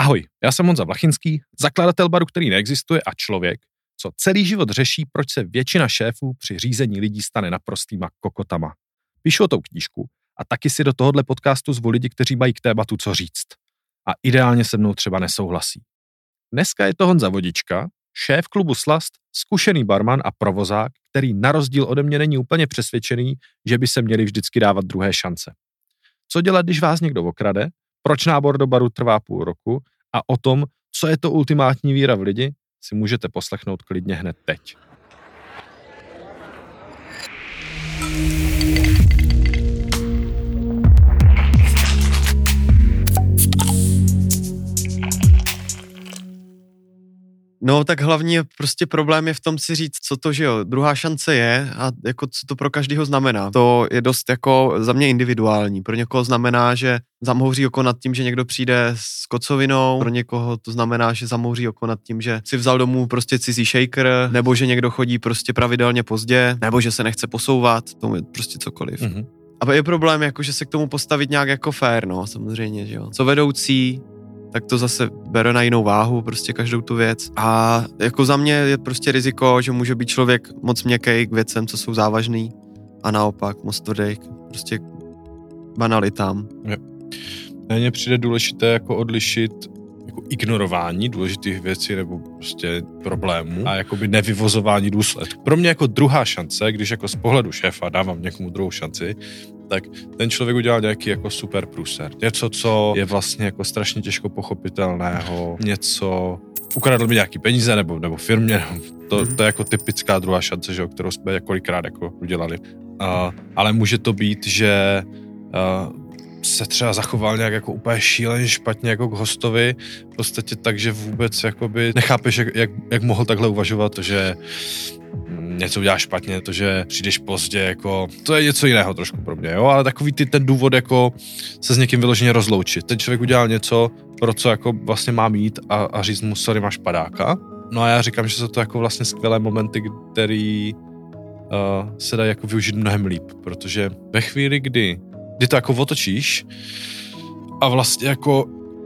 Ahoj, já jsem Honza Vlachinský, zakladatel baru, který neexistuje a člověk, co celý život řeší, proč se většina šéfů při řízení lidí stane naprostýma kokotama. Píšu o tou knížku a taky si do tohohle podcastu zvu lidi, kteří mají k tématu co říct. A ideálně se mnou třeba nesouhlasí. Dneska je to Honza Vodička, šéf klubu Slast, zkušený barman a provozák, který na rozdíl ode mě není úplně přesvědčený, že by se měli vždycky dávat druhé šance. Co dělat, když vás někdo okrade, proč nábor do baru trvá půl roku a o tom, co je to ultimátní víra v lidi, si můžete poslechnout klidně hned teď. No, tak hlavní prostě problém je v tom si říct, co to, že jo, druhá šance je a jako co to pro každého znamená. To je dost jako za mě individuální. Pro někoho znamená, že zamhouří oko nad tím, že někdo přijde s kocovinou, pro někoho to znamená, že zamhouří oko nad tím, že si vzal domů prostě cizí shaker, nebo že někdo chodí prostě pravidelně pozdě, nebo že se nechce posouvat, to je prostě cokoliv. Mm-hmm. A je problém jako, že se k tomu postavit nějak jako fair, no, samozřejmě, že jo. Co vedoucí, tak to zase bere na jinou váhu, prostě každou tu věc. A jako za mě je prostě riziko, že může být člověk moc měkkej k věcem, co jsou závažný a naopak moc tvrdý, prostě banalitám. Mně přijde důležité jako odlišit jako ignorování důležitých věcí nebo prostě problémů a jakoby nevyvozování důsledků. Pro mě jako druhá šance, když jako z pohledu šéfa dávám někomu druhou šanci, tak ten člověk udělal nějaký jako super průser. Něco, co je vlastně jako strašně těžko pochopitelného, něco, ukradl mi nějaký peníze nebo firmě, to je jako typická druhá šance, že, kterou jsme několikrát jako udělali. Ale může to být, že se třeba zachoval nějak jako úplně šíleně špatně jako k hostovi, v podstatě tak, že vůbec jakoby nechápeš, jak mohl takhle uvažovat, to, že něco uděláš špatně, to, že přijdeš pozdě, jako, to je něco jiného trošku pro mě, jo, ale takový ten důvod, jako se s někým vyloženě rozloučit. Ten člověk udělal něco, pro co jako vlastně má mít a říct mu, sorry, máš padáka. No a já říkám, že jsou to jako vlastně skvělé momenty, který se dají jako využít mnohem líp, protože ve chvíli, kdy to jako otočíš a vlastně jako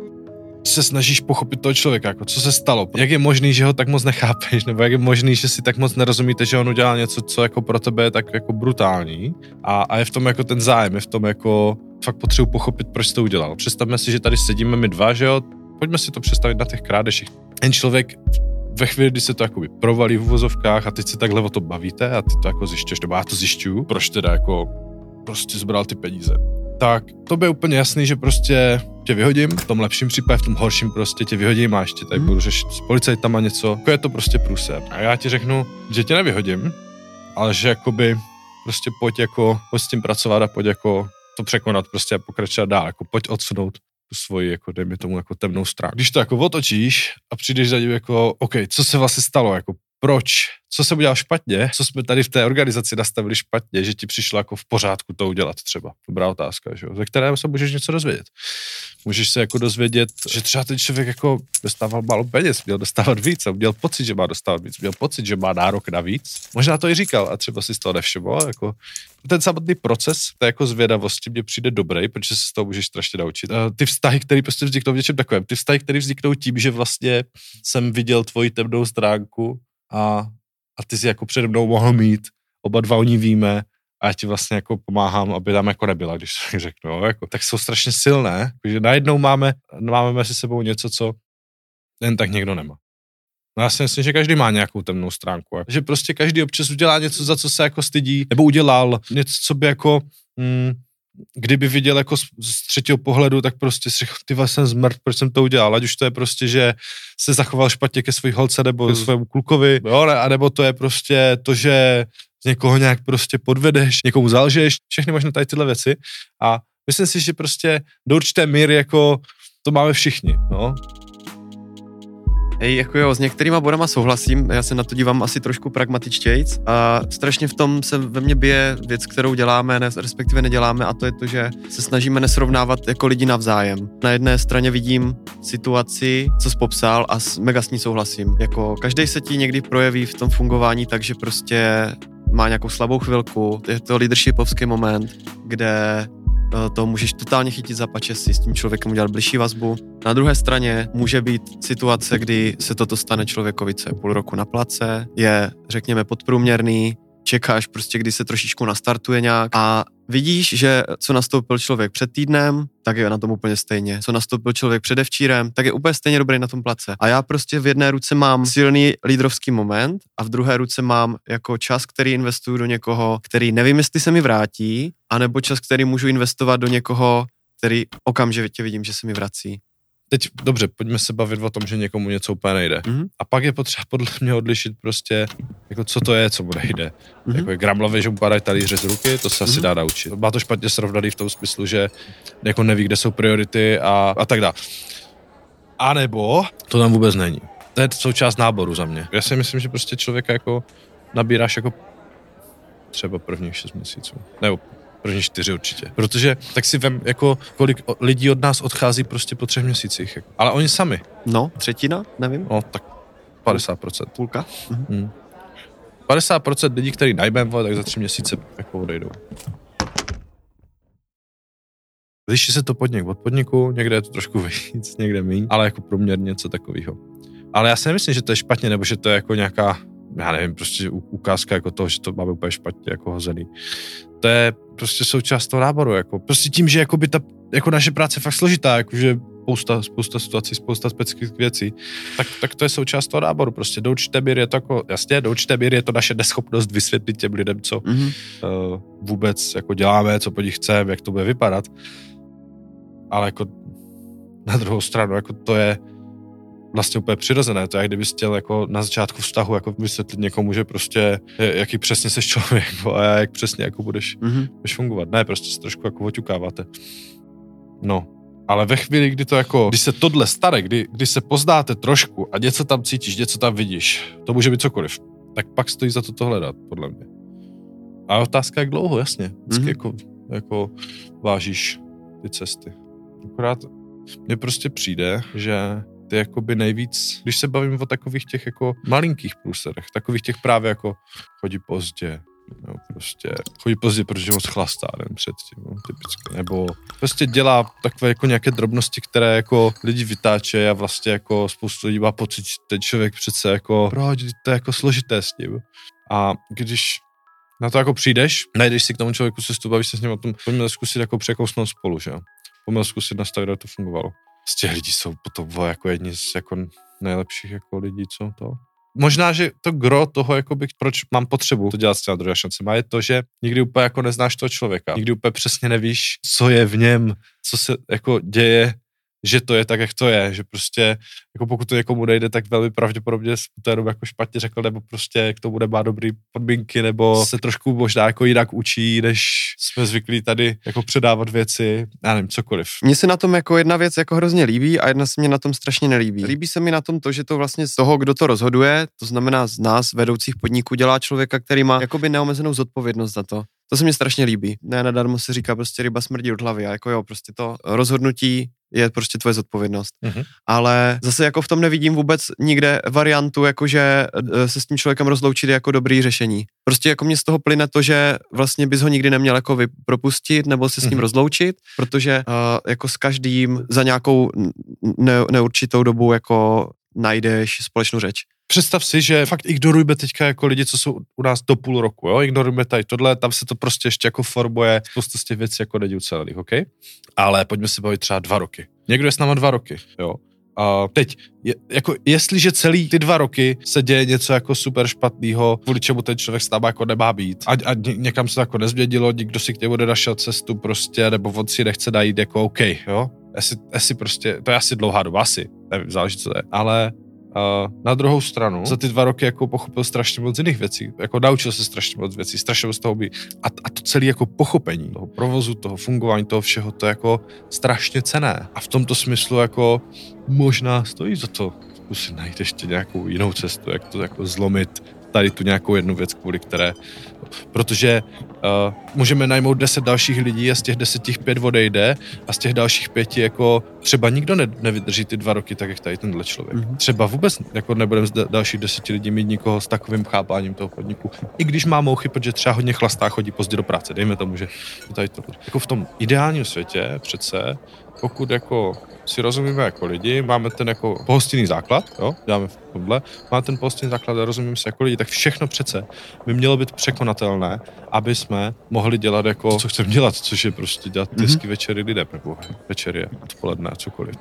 se snažíš pochopit toho člověka, jako co se stalo, jak je možný, že ho tak moc nechápeš, nebo jak je možný, že si tak moc nerozumíte, že on udělal něco, co jako pro tebe je tak jako brutální a je v tom jako ten zájem, je v tom jako fakt potřebuji pochopit, proč to udělal. Představme si, že tady sedíme my dva, že jo, pojďme si to představit na těch krádežích. Ten člověk ve chvíli, kdy se to jakoby provalí v uvozovkách a teď si takhle o to bavíte a ty to jako zjišťuješ, nebo já to zjišťuju, proč teda jako prostě zbral ty peníze. Tak to by úplně jasný, že prostě tě vyhodím, v tom lepším případě, v tom horším prostě tě vyhodím a ještě tady budu řešit s policajtama něco, jako je to prostě průser. A já ti řeknu, že tě nevyhodím, ale že jakoby prostě pojď s tím pracovat a pojď jako to překonat prostě a pokračovat dál, jako pojď odsunout tu svoji, jako dejme tomu jako temnou stránku. Když to jako otočíš a přijdeš za tím jako, OK, co se vlastně stalo, jako proč, co se udělal špatně, co jsme tady v té organizaci nastavili špatně, že ti přišlo jako v pořádku to udělat třeba. Dobrá otázka, že jo, ze které se můžeš něco dozvědět. Můžeš se jako dozvědět, že třeba ten člověk jako dostával málo peněz, měl dostávat víc a měl pocit, že má dostávat víc, měl pocit, že má nárok na víc. Možná to i říkal a třeba si z toho nevšiml, jako ten samotný proces té jako zvědavosti mě přijde dobrý, protože se z toho můžeš strašně naučit. A ty vztahy, které prostě vzniknou v něčem takovém, ty vztahy, které vzniknou tím, že vlastně jsem viděl tvoji temnou stránku a ty si jako přede mnou mohl mít, oba dva o ní víme a já ti vlastně jako pomáhám, aby tam jako nebyla, když to řeknu, jo, jako, tak jsou strašně silné, že najednou máme mezi sebou něco, co jen tak někdo nemá. No já si myslím, že každý má nějakou temnou stránku, že prostě každý občas udělá něco, za co se jako stydí, nebo udělal něco, co by jako kdyby viděl jako z třetího pohledu, tak prostě si řekl, ty jsem zmrt, proč jsem to udělal, ať už to je prostě, že se zachoval špatně ke svých holce nebo svému klukovi, jo, anebo to je prostě to, že z někoho nějak prostě podvedeš, někomu zalžeš, všechny možná tady tyhle věci a myslím si, že prostě do určité míry jako to máme všichni, no. Jako jo, s některýma bodama souhlasím, já se na to dívám asi trošku pragmatičtějc a strašně v tom se ve mně bije věc, kterou děláme, respektive neděláme a to je to, že se snažíme nesrovnávat jako lidi navzájem. Na jedné straně vidím situaci, co jsi popsal a mega s ní souhlasím. Jako každej se ti někdy projeví v tom fungování tak, že prostě má nějakou slabou chvilku, je to leadershipovský moment, kde to můžeš totálně chytit za pačesy, s tím člověkem udělat bližší vazbu. Na druhé straně může být situace, kdy se toto stane člověkovi, co je půl roku na place, je, řekněme, podprůměrný, čekáš prostě, kdy se trošičku nastartuje nějak a vidíš, že co nastoupil člověk před týdnem, tak je na tom úplně stejně. Co nastoupil člověk předevčírem, tak je úplně stejně dobrý na tom place. A já prostě v jedné ruce mám silný lídrovský moment a v druhé ruce mám jako čas, který investuju do někoho, který nevím, jestli se mi vrátí, anebo čas, který můžu investovat do někoho, který okamžitě vidím, že se mi vrací. Teď, dobře, pojďme se bavit o tom, že někomu něco úplně nejde. Mm-hmm. A pak je potřeba podle mě odlišit prostě, jako co to je, co mu nejde. Mm-hmm. Jako je gramlavě, že mu padají talíře z ruky, to se asi dá naučit. Má to špatně srovnaný v tom smyslu, že jako neví, kde jsou priority a tak dále. A nebo to tam vůbec není. To je součást náboru za mě. Já si myslím, že prostě člověka jako nabíráš jako třeba prvních 6 měsíců. Nebo první 4 určitě. Protože tak si vem, jako kolik lidí od nás odchází prostě po 3 měsících. Jako. Ale oni sami. No, třetina, nevím. No, tak 50%. Půlka. 50% lidí, který najmeme, tak za 3 měsíce jako odejdou. Liší se to podnik od podniku, někde je to trošku víc, někde méně, ale jako průměrně něco takového. Ale já si nemyslím, že to je špatně, nebo že to je jako nějaká, já nevím, prostě ukázka jako toho, že to máme úplně špatně jako hozený. To je prostě součást toho náboru, jako prostě tím, že jakoby ta, jako naše práce je fakt složitá, jakože spousta situací, spousta specifických věcí, tak to je součást toho náboru, prostě do určité míry je to jako, jasně, do určité míry je to naše neschopnost vysvětlit těm lidem, co vůbec jako děláme, co po nich chceme, jak to bude vypadat, ale jako na druhou stranu, jako to je vlastně úplně přirozené, to je, jak kdybys chtěl jako na začátku vztahu jako vysvětlit někomu, že prostě jaký přesně seš člověk a jak přesně jako budeš fungovat. Ne, prostě se trošku jako oťukáváte. No, ale ve chvíli, kdy to jako, když se tohle stane, kdy se poznáte trošku a něco tam cítíš, něco tam vidíš, to může být cokoliv, tak pak stojí za to hledat, podle mě. A otázka, jak dlouho, jasně. Vždycky jako vážíš ty cesty. Akorát mně prostě přijde, že ty jakoby nejvíc, když se bavím o takových těch jako malinkých průserech, takových těch právě jako chodí pozdě, no prostě chodí pozdě, protože moc chlastá den předtím, no, typicky, nebo prostě dělá takové jako nějaké drobnosti, které jako lidi vytáčejí a vlastně jako spoustu lidí má pocit, že ten člověk přece jako, proč, to je jako složité s ním. A když na to jako přijdeš, najdeš si k tomu člověku cestu, bavíš se s ním o tom, pojďme zkusit jako překousnout spolu, že jo. Pojďme zkusit nastavit, to fungovalo. Z těch lidí jsou potom jako jedni z jako nejlepších jako lidí, co to. Možná, že to gro toho, jakoby, proč mám potřebu to dělat s těma druhá šancema, je to, že nikdy úplně jako neznáš toho člověka. Nikdy úplně přesně nevíš, co je v něm, co se jako děje, že to je tak, jak to je, že prostě, jako pokud to někomu nejde, tak velmi pravděpodobně to jenom jako špatně řekl, nebo prostě k tomu nemá dobrý podmínky, nebo se trošku možná jako jinak učí, než jsme zvyklí tady jako předávat věci, já nevím, cokoliv. Mně se na tom jako jedna věc jako hrozně líbí a jedna se mě na tom strašně nelíbí. Líbí se mi na tom to, že to vlastně z toho, kdo to rozhoduje, to znamená z nás, vedoucích podniků, dělá člověka, který má jakoby neomezenou zodpovědnost za to. To se mi strašně líbí. Ne nadarmo se říká prostě ryba smrdí od hlavy a jako jo, prostě to rozhodnutí je prostě tvoje zodpovědnost. Ale zase jako v tom nevidím vůbec nikde variantu, jakože se s tím člověkem rozloučit je jako dobrý řešení. Prostě jako mě z toho plyne to, že vlastně bys ho nikdy neměl jako propustit nebo se s ním rozloučit, protože jako s každým za nějakou neurčitou dobu jako najdeš společnou řeč. Představ si, že fakt ignorujeme teďka jako lidi, co jsou u nás do půl roku, jo? Ignorujeme tady tohle, tam se to prostě ještě jako formuje, spoustu z těch věcí jako není ucelených, ok? Ale pojďme si bavit třeba 2 roky. Někdo je s náma 2 roky, jo? A teď, jako jestliže celý ty 2 roky se děje něco jako super špatného, kvůli čemu ten člověk s náma jako nemá být a někam se to jako nezměnilo, nikdo si k němu nenašel cestu prostě, nebo on si nechce najít jako ok, jo? Asi prostě, to je asi dlouhá doba, asi, nevím, záleží co to je, ale na druhou stranu za ty 2 roky jako pochopil strašně moc jiných věcí, jako naučil se strašně moc věcí, strašně moc toho být a to celé jako pochopení toho provozu, toho fungování, toho všeho, to je jako strašně cenné a v tomto smyslu jako možná stojí za to zkusit najít ještě nějakou jinou cestu, jak to jako zlomit tady tu nějakou jednu věc, kvůli které protože můžeme najmout 10 dalších lidí a z těch 10 5 odejde a z těch dalších 5 jako třeba nikdo nevydrží ty 2 roky, tak jak tady tenhle člověk. Třeba vůbec jako nebudeme z dalších 10 lidí mít nikoho s takovým chápáním toho podniku. I když má mouchy, protože třeba hodně chlastá, chodí pozdě do práce, dejme tomu, že tady to. Jako v tom ideálním světě přece, pokud jako si rozumíme jako lidi, máme ten jako pohostinný základ, jo, děláme v tomhle, máme ten pohostinný základ a rozumíme se jako lidi, tak všechno přece by mělo být překonatelné, aby jsme mohli dělat jako, co chceme dělat, což je prostě dělat hezký večery lidem, nebo večery, odpoledne a cokoliv.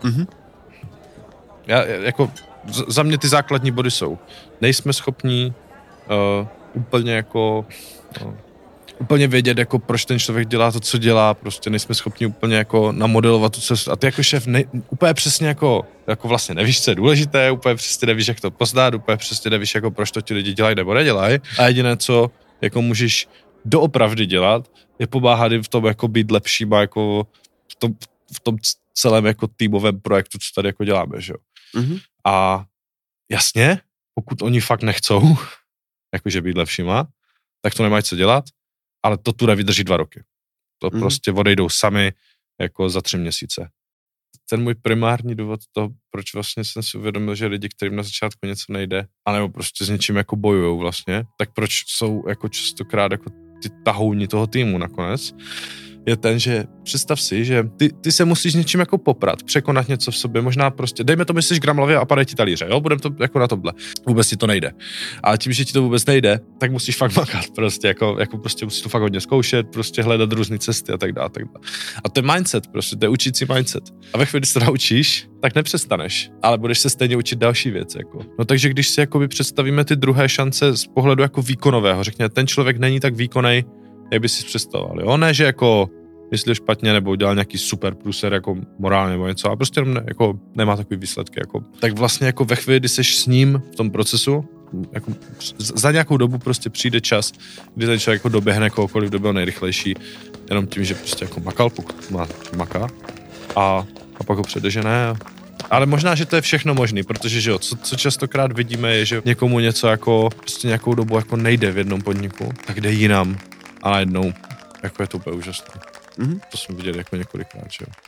Já, jako, za mě ty základní body jsou, nejsme schopní úplně jako... úplně vědět, jako proč ten člověk dělá to, co dělá, prostě nejsme schopni úplně jako namodelovat tu cestu. A ty jako šéf úplně přesně jako vlastně nevíš, co je důležité, úplně přesně nevíš, jak to poznat, úplně přesně nevíš, jako proč to ti lidi dělají nebo nedělají. A jediné, co jako můžeš doopravdy dělat, je pomáhat jim v tom jako být lepším a jako v tom celém jako týmovém projektu, co tady jako děláme, že jo. A jasně, pokud oni fakt nechcou jakože být lepšíma, tak to nemají co dělat, ale to tu nevydrží 2 roky. To prostě odejdou sami jako za 3 měsíce. Ten můj primární důvod toho, proč vlastně jsem si uvědomil, že lidi, kterým na začátku něco nejde, anebo prostě s něčím jako bojujou vlastně, tak proč jsou jako častokrát jako ty tahouni toho týmu nakonec, je ten, že představ si, že ty se musíš s něčím jako poprat, překonat něco v sobě, možná prostě, dejme to, myslíš gramlavě a padají ti talíře, jo, budeme to jako na tohle. Vůbec ti to nejde. A tím, že ti to vůbec nejde, tak musíš fakt makat, prostě jako prostě musíš to fakt hodně zkoušet, prostě hledat různé cesty a tak dále. A to je mindset, prostě, to je učící mindset. A ve chvíli, kdy se to naučíš, tak nepřestaneš, ale budeš se stejně učit další věci, jako. No takže když si jakoby představíme ty druhé šance z pohledu jako výkonového, řekněme, ten člověk není tak výkonný, jak by si představoval, jo, ne, že jako myslel špatně nebo udělal nějaký super průser jako morálně nebo něco a prostě jako nemá takový výsledky, jako. Tak vlastně jako ve chvíli, kdy seš s ním v tom procesu, jako za nějakou dobu prostě přijde čas, kdy ten člověk jako doběhne kohokoliv, kdo byl nejrychlejší, jenom tím, že prostě jako makal, pokud maká a pak ho předežené. Ale možná, že to je všechno možný, protože že jo, co častokrát vidíme je, že někomu něco jako prostě nějakou dobu jako nejde v jednom podniku, tak jde jinam a najednou jako je to úplně úžasné. To jsme viděli jako několikrát, že jo.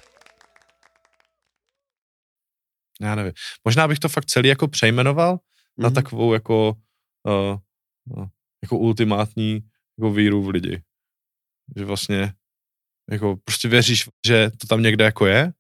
Já nevím. Možná bych to fakt celý jako přejmenoval na takovou jako ultimátní jako víru v lidi. Že vlastně jako prostě věříš, že to tam někde jako je.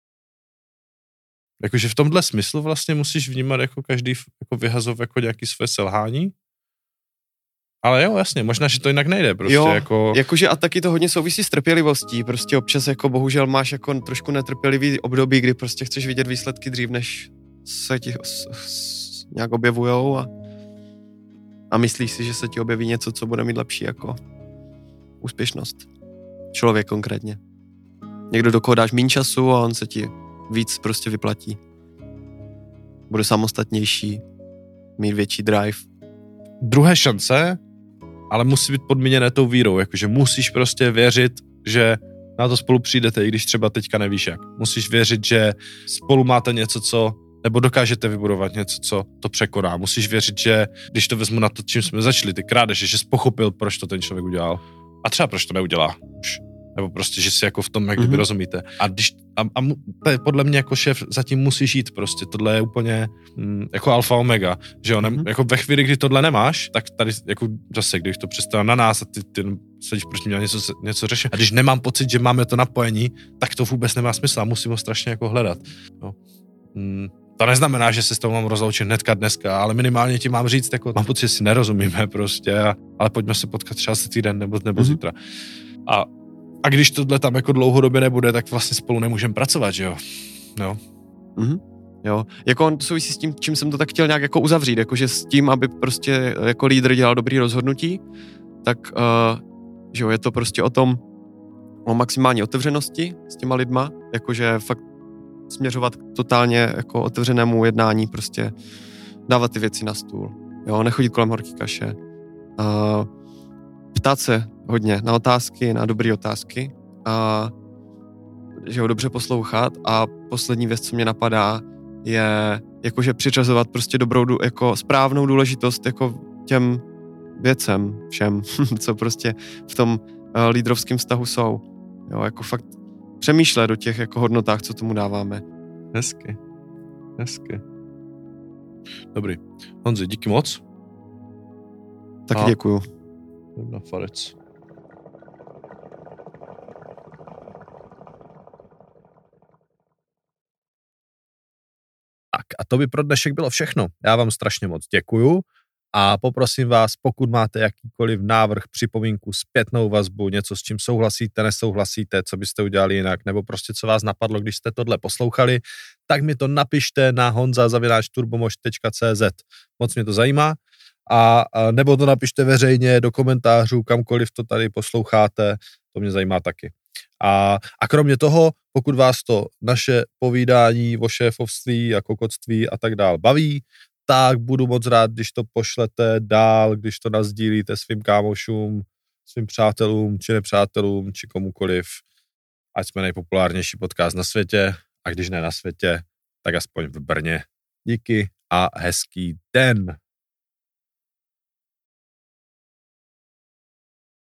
Jakože v tomhle smyslu vlastně musíš vnímat jako každý jako vyhazov jako nějaký své selhání. Ale jo, jasně, možná, že to jinak nejde, prostě jo, jako... jakože a taky to hodně souvisí s trpělivostí, prostě občas jako bohužel máš jako trošku netrpělivý období, kdy prostě chceš vidět výsledky dřív, než se ti nějak objevujou a myslíš si, že se ti objeví něco, co bude mít lepší jako úspěšnost. Člověk konkrétně. Někdo, do koho dáš méně času a on se ti víc prostě vyplatí. Bude samostatnější, mít větší drive. Druhé šance, ale musí být podmíněné tou vírou, jakože musíš prostě věřit, že na to spolu přijdete, i když třeba teďka nevíš jak. Musíš věřit, že spolu máte něco, nebo dokážete vybudovat něco, co to překoná. Musíš věřit, že když to vezmu na to, čím jsme začali, ty krádeže, že jsi pochopil, proč to ten člověk udělal. A třeba proč to neudělá už. Nebo prostě, že si jako v tom, jak kdyby rozumíte. A to je podle mě jako šéf, zatím musíš jít prostě, tohle je úplně jako alfa omega, že jo, jako ve chvíli, kdy tohle nemáš, tak tady jako zase, když to přestane na nás a ty sedíš proti mě něco řešit. A když nemám pocit, že máme to napojení, tak to vůbec nemá smysl a musím ho strašně jako hledat. No. To neznamená, že se s tou mám rozloučit hnedka dneska, ale minimálně ti mám říct, jako mám pocit, že si nerozumíme prostě, ale pojďme se potkat třeba se týden nebo zítra. A když tohle tam jako dlouhodobě nebude, tak vlastně spolu nemůžeme pracovat, že jo? No. Jo, jako on souvisí s tím, čím jsem to tak chtěl nějak jako uzavřít, jakože s tím, aby prostě jako lídr dělal dobrý rozhodnutí, tak že jo, je to prostě o maximální otevřenosti s těma lidma, jakože fakt směřovat k totálně jako otevřenému jednání, prostě dávat ty věci na stůl, jo, nechodit kolem horký kaše, ptát se hodně na otázky, na dobré otázky a že ho dobře poslouchat a poslední věc, co mě napadá, je jakože přiřazovat prostě dobrou, jako správnou důležitost jako těm věcem, všem, co prostě v tom lídrovském vztahu jsou. Jo, jako fakt přemýšlet o těch jako hodnotách, co tomu dáváme. Hezky. Dobrý. Honzi, díky moc. Taky děkuju. Na farec. Tak a to by pro dnešek bylo všechno. Já vám strašně moc děkuju a poprosím vás, pokud máte jakýkoliv návrh, připomínku, zpětnou vazbu, něco, s čím souhlasíte, nesouhlasíte, co byste udělali jinak, nebo prostě co vás napadlo, když jste tohle poslouchali, tak mi to napište na honza@turbomož.cz. Moc mě to zajímá. A nebo to napište veřejně do komentářů, kamkoliv to tady posloucháte, to mě zajímá taky. A kromě toho, pokud vás to naše povídání o šéfovství a kokotství a tak dál baví, tak budu moc rád, když to pošlete dál, když to nasdílíte svým kámošům, svým přátelům, či nepřátelům, či komukoliv, ať jsme nejpopulárnější podcast na světě, a když ne na světě, tak aspoň v Brně. Díky a hezký den.